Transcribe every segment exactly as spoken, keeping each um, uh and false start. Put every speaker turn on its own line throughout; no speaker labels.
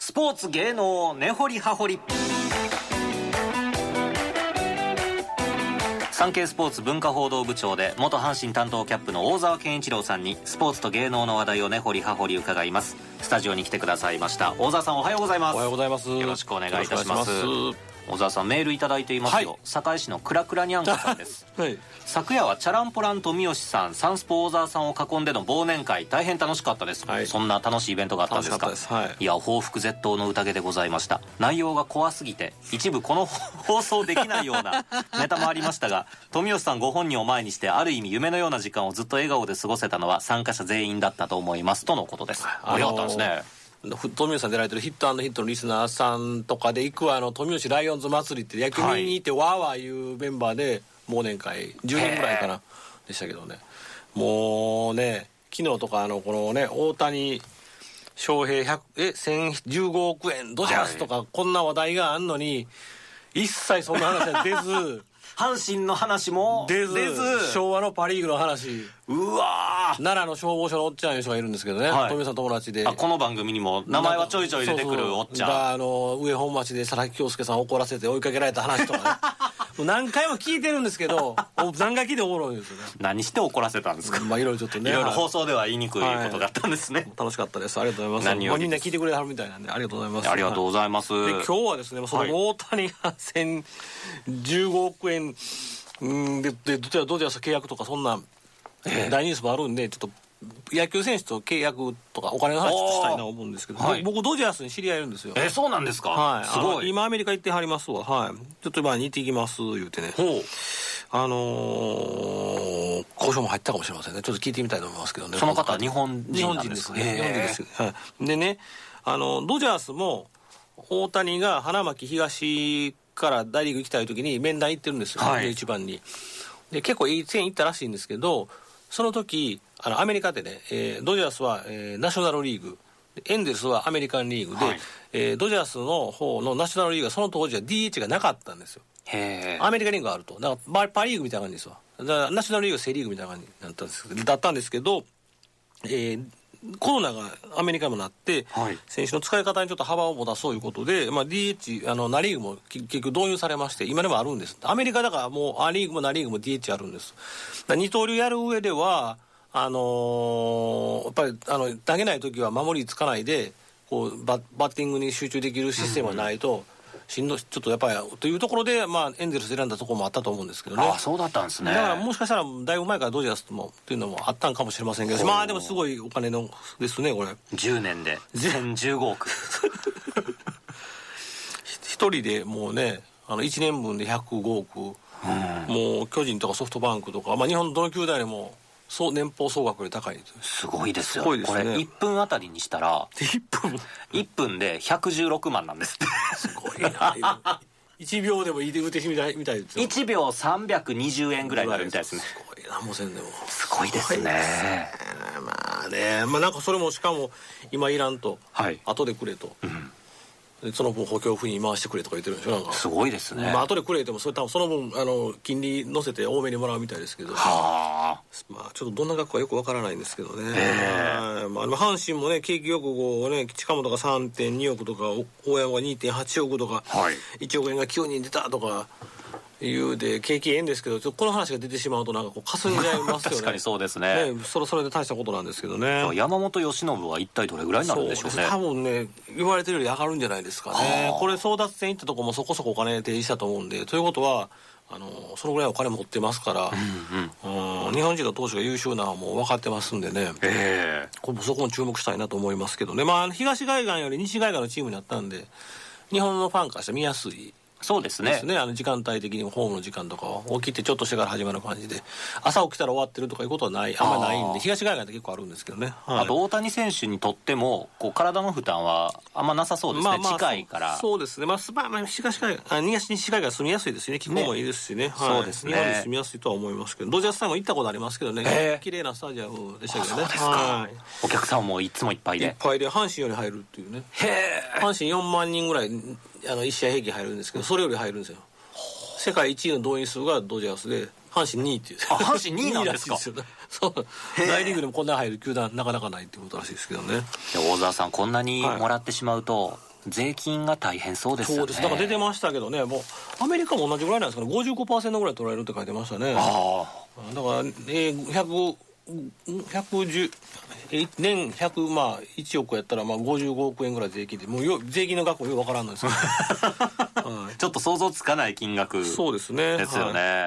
スポーツ芸能根掘り葉掘り。産経スポーツ文化報道部長で元阪神担当キャップの大沢健一郎さんにスポーツと芸能の話題を根掘り葉掘り伺います。スタジオに来てくださいました大沢さん、おはようございます。
おはようございます。
よろしくお願いいたします。大沢さん、メールいただいていますよ、はい、堺市のクラクラニャンコさんです、はい、昨夜はチャランポラン富吉さん、サンスポ大沢さんを囲んでの忘年会、大変楽しかったです、はい、そんな楽しいイベントがあったんですか。
楽しかったです、はい、
いや、報復絶倒の宴でございました。内容が怖すぎて一部この放送できないようなネタもありましたが、富吉さんご本人を前にしてある意味夢のような時間をずっと笑顔で過ごせたのは参加者全員だったと思いますとのことです。ありがったんですね。
富吉さん出られてるヒット&ヒットのリスナーさんとかで行くあの富吉ライオンズ祭りって野球見に行ってわーわーいうメンバーで忘年会じゅうにんぐらいかなでしたけどね、もうね、昨日とかあのこのね、大谷翔平ひゃくえせんじゅうごおくえんドジャースとか、こんな話題があんのに一切そんな話は出ず
阪神の話も
出ず、出ず昭和のパリーグの話、
うわー、
奈良の消防署のおっちゃんいう人がいるんですけどね、はい、富吉さん友達で、
あ、この番組にも名前はちょいちょい出てくるおっちゃん
が、あの上本町で佐々木恭介さんを怒らせて追いかけられた話とかねもう何回も聞いてるんですけど何回聞いておもろいですよね。
何して怒らせたんですか。
まあいろいろちょっとね、
いろいろ放送では言いにくいことがあったんですね、はい、
楽しかったです。ありがとうございます。何をみんな聞いてくれはるみたいなんでありがとうございます。
ありがとうございます、
はい、で今日はですね、その大谷がせんじゅうごおくえんうんで、でドジャース契約とかそんな大ニュースもあるんで、ちょっと野球選手と契約とかお金の話したいなと思うんですけど、はい、僕ドジャースに知り合いいるんですよ。
えー、そうなんですか。
はい、
すごい。
今アメリカ行ってはりますわ。はい、ちょっと今に行ってきます言うてね、ほう、あのー、交渉も入ったかもしれませんね。ちょっと聞いてみたいと思いますけどね。
その方は日本人なんですか。
日本人ですね。日本人ですよ、はい、でね、あのドジャースも大谷が花巻東から大リーグ行きたい時に面談行ってるんですよ、はい、一番に。で結構いい線行ったらしいんですけど、その時あのアメリカでね、えー、ドジャースは、えー、ナショナルリーグ、エンゼルスはアメリカンリーグで、はい、えー、ドジャースの方のナショナルリーグはその当時は ディーエイチ がなかったんですよ。へー、アメリカリーグがあると、だからパリーグみたいな感じですわ。だからナショナルリーグはセリーグみたいな感じだったんですけど、だったんですけど、えーコロナがアメリカにもなって、はい、選手の使い方にちょっと幅を持たそういうことで、まあ、ディーエイチ あのナリーグも結局導入されまして、今でもあるんです。アメリカだからもうアリーグもナリーグも ディーエイチ あるんです。二刀流やる上ではあのー、やっぱりあの投げない時は守りつかないでこう バ, バッティングに集中できるシステムがないと、うんうん、しんどちょっとやっぱりというところで、まあ、エンゼルス選んだところもあったと思うんですけどね。
ああ、そうだったんですね。
だからもしかしたらだいぶ前からドジャースもっていうのもあったんかもしれませんけど、まあでもすごいお金のですねこれ。
じゅうねんでせんじゅうごおく
一人でもうね、あのいちねんぶんでひゃくごおく、うん、もう巨人とかソフトバンクとか、まあ、日本のどの球団でもそう年俸総額より高い。
すごいですよ。
すごいですね。
これいっぷんあたりにしたら
いっぷん
いっぷんでひゃくじゅうろくまんなんですって
すごいないちびょうでもいいで打てみたいみたいですよ。
いちびょうさんびゃくにじゅうえんぐらいになるみたいですね。
すごいな、もうせんでも
すごいですね。
まあね、まあなんかそれもしかも今いらんと、はい、後でくれと、うん、その分補強費に回してくれとか言ってるんでしょ。なんか
すごいですね。
まあ後でくれてもそれ多分その分あの金利乗せて多めにもらうみたいですけど、はあ、まあちょっとどんな額かよくわからないんですけどね。まあ阪神もね、景気よくこうね、近本が さんてんにおくとか大山が にてんはちおくとか、はい、いちおくえんがきゅうにん出たとかいうで景気ええんですけど、ちょっとこの話が出てしまうとなんかこう霞んじゃいますよね。
確かにそうですね。
ね、それそれで大したことなんですけどね。
山本由伸は一体どれぐらいになるんでしょうね。
そうです、多分ね、言われてるより上がるんじゃないですかね。これ争奪戦行ったとこもそこそこお金提示したと思うんで、ということはあのそのぐらいお金持ってますから、うんうん、日本人の投手が優秀なのも分かってますんでね、えー、こそこも注目したいなと思いますけどね。まあ東海岸より西海岸のチームになったんで、日本のファンからしたら見やすい。
そうですね。
ですね。あの時間帯的にもホームの時間とか起きてちょっとしてから始まる感じで、朝起きたら終わってるとかいうことはない、あんまないんで、東海岸って結構あるんですけどね。はい、
あと大谷選手にとってもこう体の負担はあんまなさそうですね。まあまあ、近いから。
そうですね。まあ、まあ、東海岸、西西海岸住みやすいですね。気候もいいですしね。ね、はい、そうですね。日本に住みやすいとは思いますけど、ドジャースタイム行ったことありますけどね。えー、綺麗なスタジアムでしたけどね。
そうですか。はい、お客さんもいつもいっぱいで。
いっぱいで阪神より入るっていうね。へー。阪神よんまんにんぐらいあのいち試合平均入るんですけど、それより入るんですよ。世界いちいの動員数がドジャースで、阪神にいっていう。
あ、阪神にいなんですか。
そう、大リーグでもこんな入る球団なかなかないってことらしいですけどね。
大沢さん、こんなにもらってしまうと、はい、 税金が大変そうですよね。
そうです。だから出てましたけどね、もうアメリカも同じぐらいなんですかね。 ごじゅうごパーセント ぐらい取られるって書いてましたね。
あ
だから、えー、ひゃく、ひゃくじゅう年ひゃく、まあ、いちおくやったらまあごじゅうごおくえんぐらい税金で、もうよ税金の額もよくわからんのですよ、
はい、ちょっと想像つかない金額ですよね。
そうですね、はい、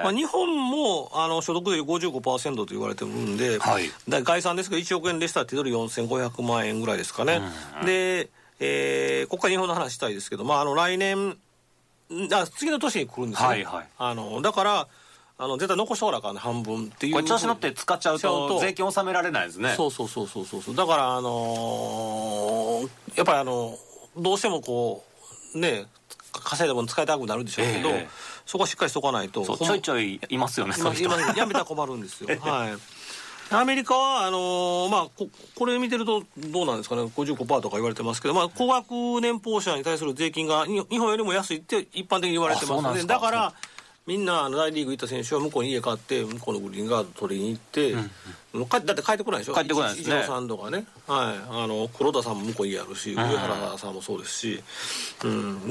まあ、日本もあの所得税 ごじゅうごパーセント と言われてるんで、はい、だ概算ですけどいちおくえんでしたら手取りよんせんごひゃくまんえんぐらいですかね、うんうん、で、えー、ここから日本の話したいですけど、まあ、あの来年あ次の年に来るんですよね、はいはい、あのだからあの絶対残しておらかんね、半分っていう。
これ調子乗って使っちゃうと税金納められないですね。
そうそうそうそうそう。だからあのー、やっぱりあのどうしてもこうね稼いだもの使いたくなるでしょうけど、えー、そこはしっかりしとかないと。
そうちょいちょいいますよね、そういう人。
今やめたら困るんですよ。はい。アメリカはあのー、まあ こ, これ見てるとどうなんですかね、 ごじゅうごパーセント とか言われてますけど、まあ高額年俸者に対する税金が日本よりも安いって一般的に言われてますので、だからみんな大リーグ行った選手は向こうに家買って向こうのグリーンガード取りに行って、うんうん、だって帰ってこないでしょ。
帰ってこないですね。
イチローさんとかね、はい、あの黒田さんも向こうに家あるし、上原さんもそうですし、うん、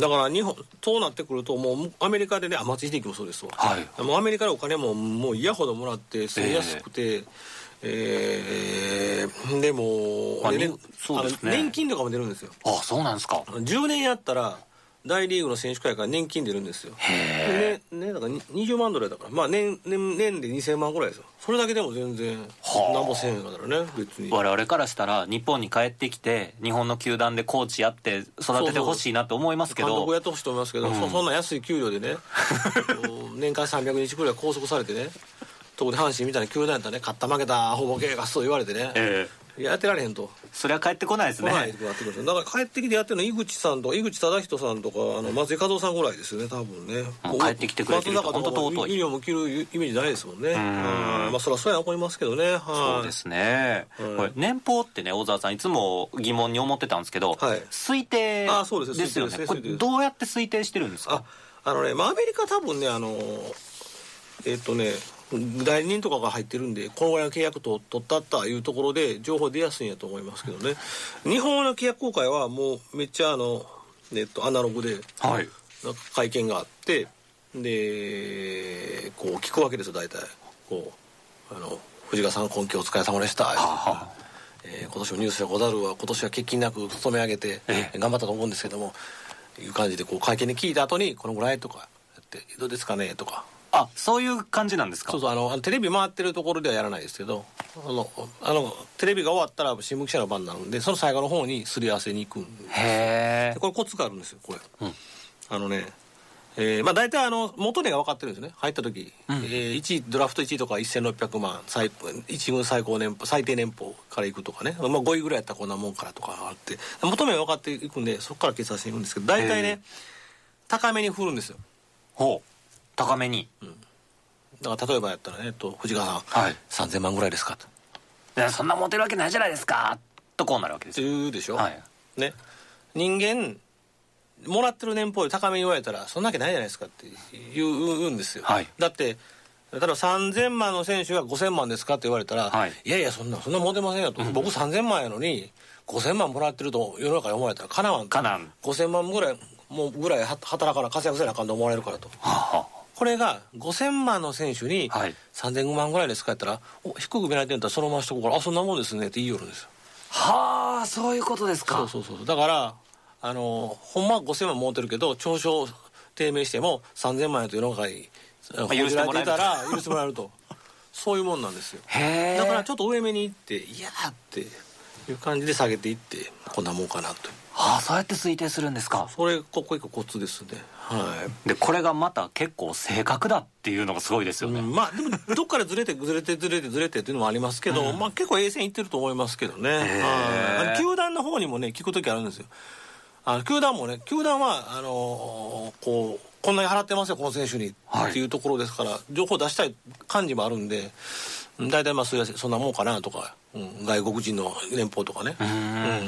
だから日本そうなってくるともうアメリカでね、松井秀喜もそうですわ、はい、もうアメリカでお金ももう嫌ほどもらって住みやすくて、えーえー、でも、
まあ
ね、
そうですね、
年金とかも出るんですよ。
ああ、そうなんですか。
じゅうねんやったら大リーグの選手会から年金出るんですよ。
へ
え、ね、だからにじゅうまんドルだから、まあ 年, 年, 年でにせんまんぐらいですよ。それだけでも全然なんぼせんえんだからね、別に。
我々からしたら日本に帰ってきて日本の球団でコーチやって育ててほしいなと思いますけど、
監督やってほしいと思いますけど、うん、そ, そんな安い給料でね年間さんびゃくにちくらい拘束されてね、特に阪神みたいな球団やったらね、勝った負けたほぼ計がそう言われてね、えー、やってられへんと。
それは帰ってこないですね。
来ないとかってくるんですよ。だから帰ってきてやってるの井口さんと井口忠人さんとかあの松井稼頭さんぐらいですよね、多分ね。
もう帰ってきてくれてると本当尊い。
ユニフォーム着るイメージないですもんね。うん、まあそりゃそうや思いますけどね。
そうですね、はい、これ年俸ってね、大沢さんいつも疑問に思ってたんですけど、はい、推定ですよね。これどうやって推定してるんですか。
あ、あのね、まあ、アメリカ多分ね、あのえっとね代理人とかが入ってるんで、このぐらいの契約と取ったというところで情報出やすいんやと思いますけどね。日本の契約公開はもうめっちゃあの、えっと、アナログで、はい、なんか会見があって、でこう聞くわけですよ。大体こうあの藤川さん今季お疲れ様でした、はあ、えー、今年もニュースでござるは今年は欠勤なく勤め上げて頑張ったと思うんですけども、いう感じでこう会見で聞いた後にこのぐらいとかやってどうですかねとか。
あ、そういう感じなんですか。
そうそう、あのテレビ回ってるところではやらないですけど、あのあのテレビが終わったら新聞記者の番になるんで、その最後の方にすり合わせに行くんです。
へ
ー。これコツがあるんですよこれ、うん、あのね、えー、まあ大体あの元値が分かってるんですよね。入った時、うん、えー、いちいドラフトいちいとかせんろっぴゃくまん、最一軍最高年俸最低年俸からいくとかね、まあ、ごいぐらいやったらこんなもんからとかあって、元値が分かっていくんでそこから計算していくんですけど、大体ね高めに振るんですよ。
ほう、高めに、うん、
だから例えばやったらね、と藤川さん、はい、さんぜんまんぐらいですかと。
いやそんなモテるわけないじゃないですかとこうなるわけですよ。
って言うでしょ、はい、ね、人間もらってる年俸で高めに言われたらそんなわけないじゃないですかって言うんですよ、はい、だって例えばさんぜんまんの選手がごせんまんですかって言われたら、はい、いやいやそんなそんなモテませんよと、うん、僕さんぜんまんやのにごせんまんもらってると世の中に思われたらかなわんと。
かなん
ごせんまんぐらいもうぐらい働かな活躍せなあかんと思われるからと、はあ、これがごせんまんの選手にさんぜんまんぐらいですかやったら、お低く見られてるんだったらそのまましとこうから、あそんなもんですねって言いよるんですよ。
はあ、そういうことですか。
そうそうそう。だからあのほんまはごせんまん持ってるけど嘲笑低迷してもさんぜんまんやと世の中に報じられていたら許してもらえるとそういうもんなんですよ。
へー。
だからちょっと上目に行っていやーっていう感じで下げていってこんなもんかなと。
はあ、そうやって推定するんですか。
それここ一個コツですね。はい。
でこれがまた結構正確だっていうのがすごいですよね、
うん、まあでもどっからずれてずれてずれてずれてっていうのもありますけど、うん、まあ結構 A 線いってると思いますけどね。はい。球団の方にもね聞く時あるんですよ。あの球団もね、球団はあのー、こうこんなに払ってますよこの選手に、はい、っていうところですから情報出したい感じもあるんで、大体まあそんなもんかなとか、うん、外国人の年俸とかね、うん、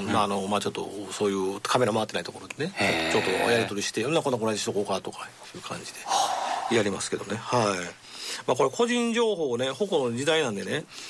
うん、まああのまあちょっとそういうカメラ回ってないところでねちょっとやり取りしてこんなこんなこんなにしとこうかとかいう感じでやりますけどね。はい。まあこれ個人情報をね保護の時代なんでね、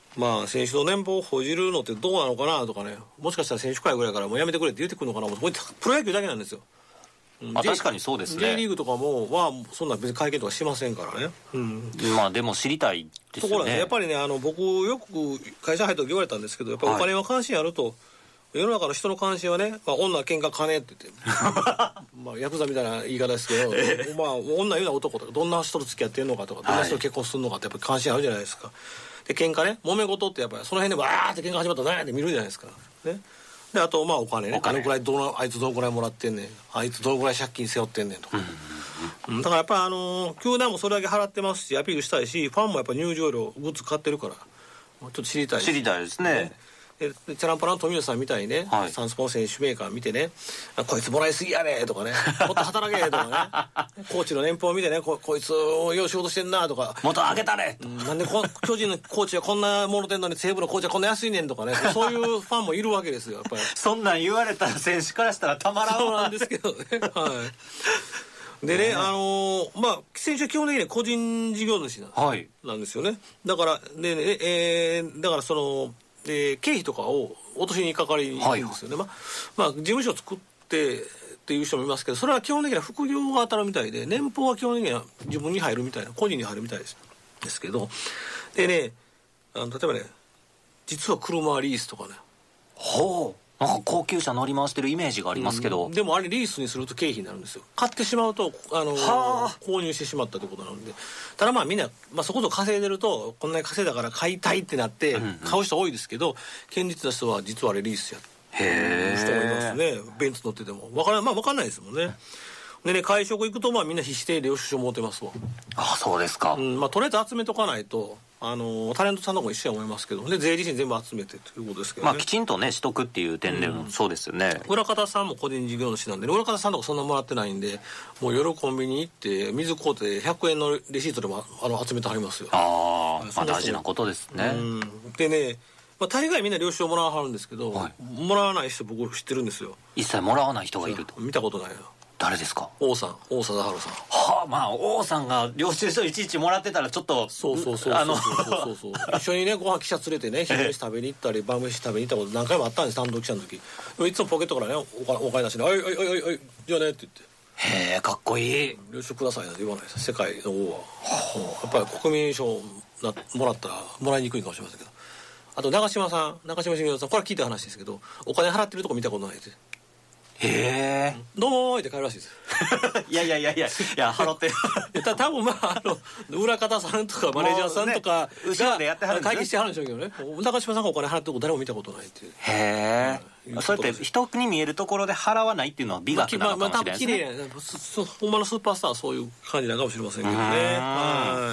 まあ選手の年俸を報じるのってどうなのかなとかね、もしかしたら選手会ぐらいからもうやめてくれって言ってくるのかな、これプロ野球だけなんですよ。
あ、確かにそうですね。
J リーグとかもはそんな別に会見とかしませんからね、うん、
まあでも知りたいですよね。
ところがやっぱりね、あの僕よく会社入った時言われたんですけど、やっぱりお金は関心あると、はい、世の中の人の関心はね、まあ、女喧嘩金って言ってまあヤクザみたいな言い方ですけど、えー、まあ女言うな男とかどんな人と付き合ってんのかとか、どんな人と結婚するのかってやっぱり関心あるじゃないですか。で喧嘩ね、揉め事ってやっぱりその辺でわーって喧嘩始まったら何やって見るじゃないですかね。であとまあお金ね、お金どのくらいどのあいつどのくらいもらってんねん、あいつどのくらい借金背負ってんねんとか、うんうん、だからやっぱりあのー、球団もそれだけ払ってますしアピールしたいし、ファンもやっぱ入場料グッズ買ってるからちょっと知りたい
知りたいですね。
でチャランパラの富吉さんみたいにね、はい、サンスポの選手メーカー見てね、こいつもらいすぎやねとかね、もっと働けとかねコーチの年俸見てね、 こ, こいつよう仕事してんなとか、
もっと上げたれ、
うん、なんでこ巨人のコーチはこんなものてんのに西武のコーチはこんな安いねんとかね、そういうファンもいるわけですよやっぱり
そんなん言われたら選手からしたらたまらんわ。
そうなんですけどねはいでね、あのー、まあ選手は基本的には個人事業主なんです、はい、なんですよね。だからで、ねえー、だからそので経費とかを落としにかかりに行くんですよね、はい、まあ、まあ、事務所を作ってっていう人もいますけど、それは基本的には副業が当たるみたいで、年俸は基本的には自分に入るみたいな、個人に入るみたいですですけど、でね、あの例えばね、実は車リースとかね、
ほう、なんか高級車乗り回してるイメージがありますけど、
うん、でもあれリースにすると経費になるんですよ。買ってしまうとあの購入してしまったということなので、ただまあみんな、まあ、そこそこ稼いでるとこんなに稼いだから買いたいってなって買う人多いですけど、うんうん、堅実な人は実はあれリースや
へ
人もいますね。ベンツ乗ってても分から、まあ、分かんないですもんね。でね、会食行くとまあみんな必死で領収書持ってますわ。
ああ、そうですか、
うん、まあ、とりあえず集めとかないと、あのタレントさんの方も一緒や思いますけど、で税理士に全部集めてということですけどね、
まあ、きちんとねしとくっていう点でもそうですよね、
うん、裏方さんも個人事業主なんで、裏方さんとかそんなもらってないんで、もう夜コンビニ行って水買うてひゃくえんのレシートでもあの集めてはりますよ。
ああ、まあ、大事なことですね、
うん、でね、まあ、大概みんな領収書もらわはるんですけど、はい、もらわない人僕知ってるんですよ。
一切もらわない人がいると。
見たことないよ。
誰ですか？
王さん、王貞治さん。
はあ、まあ王さんが領収書いちいちもらってたらちょっと、
そうそうそうそうそうそうそう一緒にねご飯記者連れてね昼飯食べに行ったり晩飯食べに行ったこと何回もあったんです、単独記者の時。いつもポケットからねお金お金出してね、おいおいおいおいじゃあねって言って、
へえ、かっこいい。
領収書くださいなんて言わないです、世界の王は。やっぱり国民証なもらったらもらいにくいかもしれませんけど。あと長嶋さん、長嶋茂雄さん、これは聞いた話ですけど、お金払ってるとこ見たことないです。
へえ、
どうもーって帰るらしいです
いやいやいやいやいや、払って
た多分まああの裏方さんとかマネージャーさんとかが、ね、
後ろでやってはるんですね、
会議してはるんでしょうけどね、長嶋さんがお金払ってるとこ誰も見たことないっていう。
へえ、うん、そうやって人に見えるところで払わないっていうのは美学なのかもしれないですね。まあまあ、まあ、多分綺麗なほんまのスーパースターはそういう感じなのかもしれませんけどね。はい。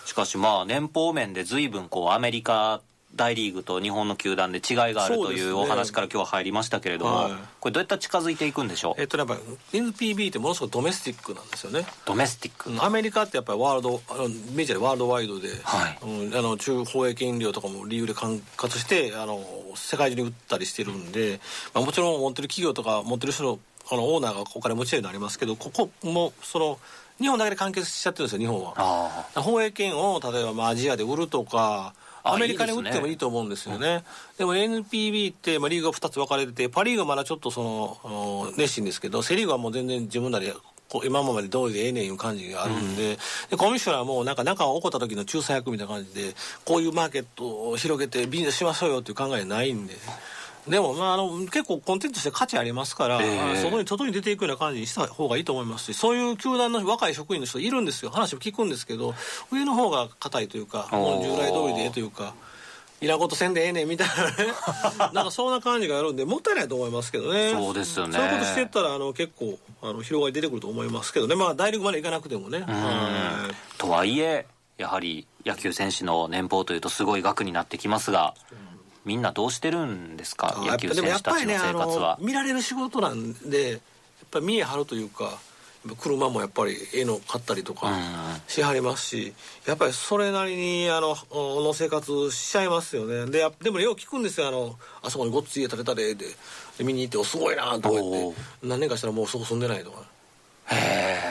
しかしまあ年俸面で随分こうアメリカ大リーグと日本の球団で違いがあるというお話から今日は入りましたけれども、はい、これどうやったら近づいていくんでしょう。
えっとやっぱ エヌピービー ってものすごくドメスティックなんですよね。
ドメスティック、
アメリカってやっぱりワールドあのメジャーでワールドワイドで、
はい、
うん、あの中放映権料とかも理由で管轄してあの世界中に売ったりしてるんで、まあ、もちろん持ってる企業とか持ってる人のあのオーナーがお金持ちになりますけど、ここもその日本だけで完結しちゃってるんですよ、日本は。あ放映権を例えばまあアジアで売るとかアメリカに売ってもいいと思うんですよね。いいですね。でも エヌピービー って、まあ、リーグがふたつ分かれてて、パリーグはまだちょっとその熱心ですけど、セリーグはもう全然自分なり今まで通りでええねんいう感じがあるんで、うん、でコミッショナーもなんか中が起こった時の仲裁役みたいな感じで、こういうマーケットを広げてビジネスしましょうよっていう考えないんで。でも、まあ、あの結構コンテンツとして価値ありますから、えー、外に外に出ていくような感じにした方がいいと思いますし、そういう球団の若い職員の人いるんですよ。話を聞くんですけど、上の方が硬いというか、もう従来通りでええというか、いらんことせんでええねんみたいなねなんかそんな感じがあるんでもったいないと思いますけどね。
そうですよね。
そういうことしていったらあの結構あの広がり出てくると思いますけどね。まあ大リーグまで行かなくてもね。
はい、とはいえやはり野球選手の年俸というとすごい額になってきますが、みんなどうしてるんですか、野球選手たちの生活は。
ね、見られる仕事なんでやっぱり見え張るというか、車もやっぱり絵の買ったりとかしはりますし、やっぱりそれなりにあのの生活しちゃいますよね。ででもよく聞くんですよ、あのあそこにごっつい家建てたでで見に行って、おすごいなとか言って何年かしたらもうそこ住んでないとか。
へえ。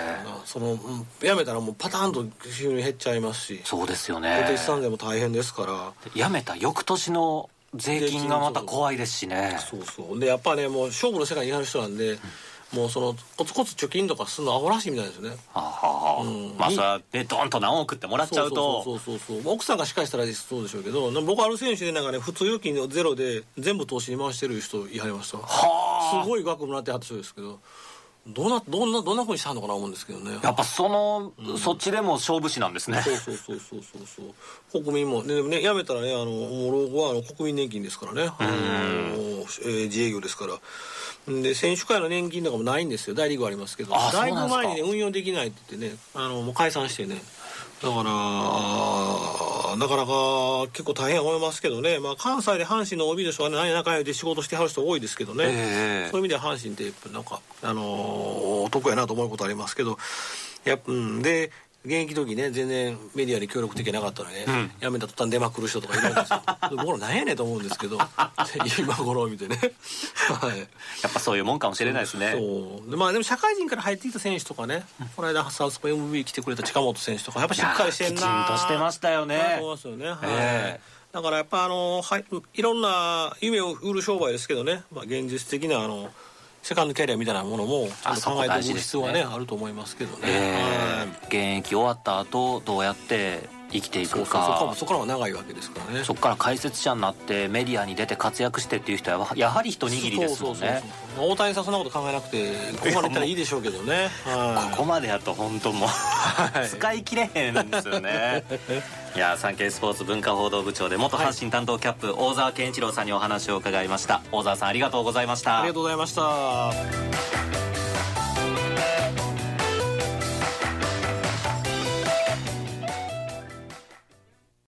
その、うん、辞めたらもうパターンと収入減っちゃいますし、
そうですよね。
固定資産税も大変ですから、
辞めた翌年の税金がまた怖いですしね。
そうそうでやっぱねもう勝負の世界にいはる人なんで、うんもうそのコツコツ貯金とかするのアホらしいみたいですよね。
はあ、うん、まあそれはねドンと何億ってもらっちゃうと
そうそうそうそうそう奥さんがしっかりしたらそうでしょうけど僕ある選手でなんかね普通預金のゼロで全部投資に回してる人いはりました。はあすごい額もらってはった人ですけどどんなどんなどんなふうにしたのかな思うんですけどね。
やっぱその、うん、そっちでも勝負師なんですね。
そうそうそうそうそうそう国民もねね辞めたらねあのもう老後はあの国民年金ですからねあの、えー、自営業ですからで選手会の年金とかもないんですよ。大リーグはありますけどだいぶ前にね運用できないって言ってねあのもう解散してねだからなかなか結構大変思いますけどね、まあ、関西で阪神の オービー の人はね何や仲良いで仕事してはる人多いですけどね、えー、そういう意味では阪神ってなんか、あのー、お得やなと思うことありますけどやっぱ、うん、で現役時ね全然メディアに協力的なかったので、ねうん、辞めた途端出まくる人とかいるんですよ僕ら何やねんと思うんですけど今頃見てねはい、
やっぱそういうもんかもしれないですね。
そうで、まあ、でも社会人から入ってきた選手とかね、うん、この間サウスポ エムブイ 来てくれた近本選手とかやっぱしっかりしてんな
きちんとしてましたよね。
思いますよね、はいえー、だからやっぱあの、はい、いろんな夢を売る商売ですけどね、まあ、現実的なあのセカンドキャリアみたいなものもちゃんと考えておく必要はねあると思いますけどね、
えー、現役終わった後どうやって生きていくか。そうそう
そこ、そこからは長いわけですからね。
そこから解説者になってメディアに出て活躍してっていう人はやはり一握りですもんね。そうそうそう
そう大谷さんそんなこと考えなくてここまでいったらいいでしょうけどね
ここまでやと本当もう使い切れへんですよねいやサンケイスポーツ文化報道部長で元阪神担当キャップ、はい、大沢健一郎さんにお話を伺いました。大沢さんありがとうございました。
ありがとうございました。